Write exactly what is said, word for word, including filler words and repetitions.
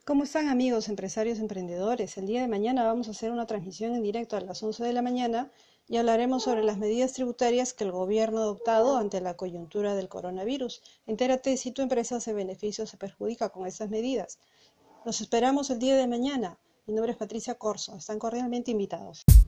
¿Cómo están amigos, empresarios, emprendedores? El día de mañana vamos a hacer una transmisión en directo a las once de la mañana y hablaremos sobre las medidas tributarias que el gobierno ha adoptado ante la coyuntura del coronavirus. Entérate si tu empresa se beneficia o se perjudica con estas medidas. Los esperamos el día de mañana. Mi nombre es Patricia Corso. Están cordialmente invitados.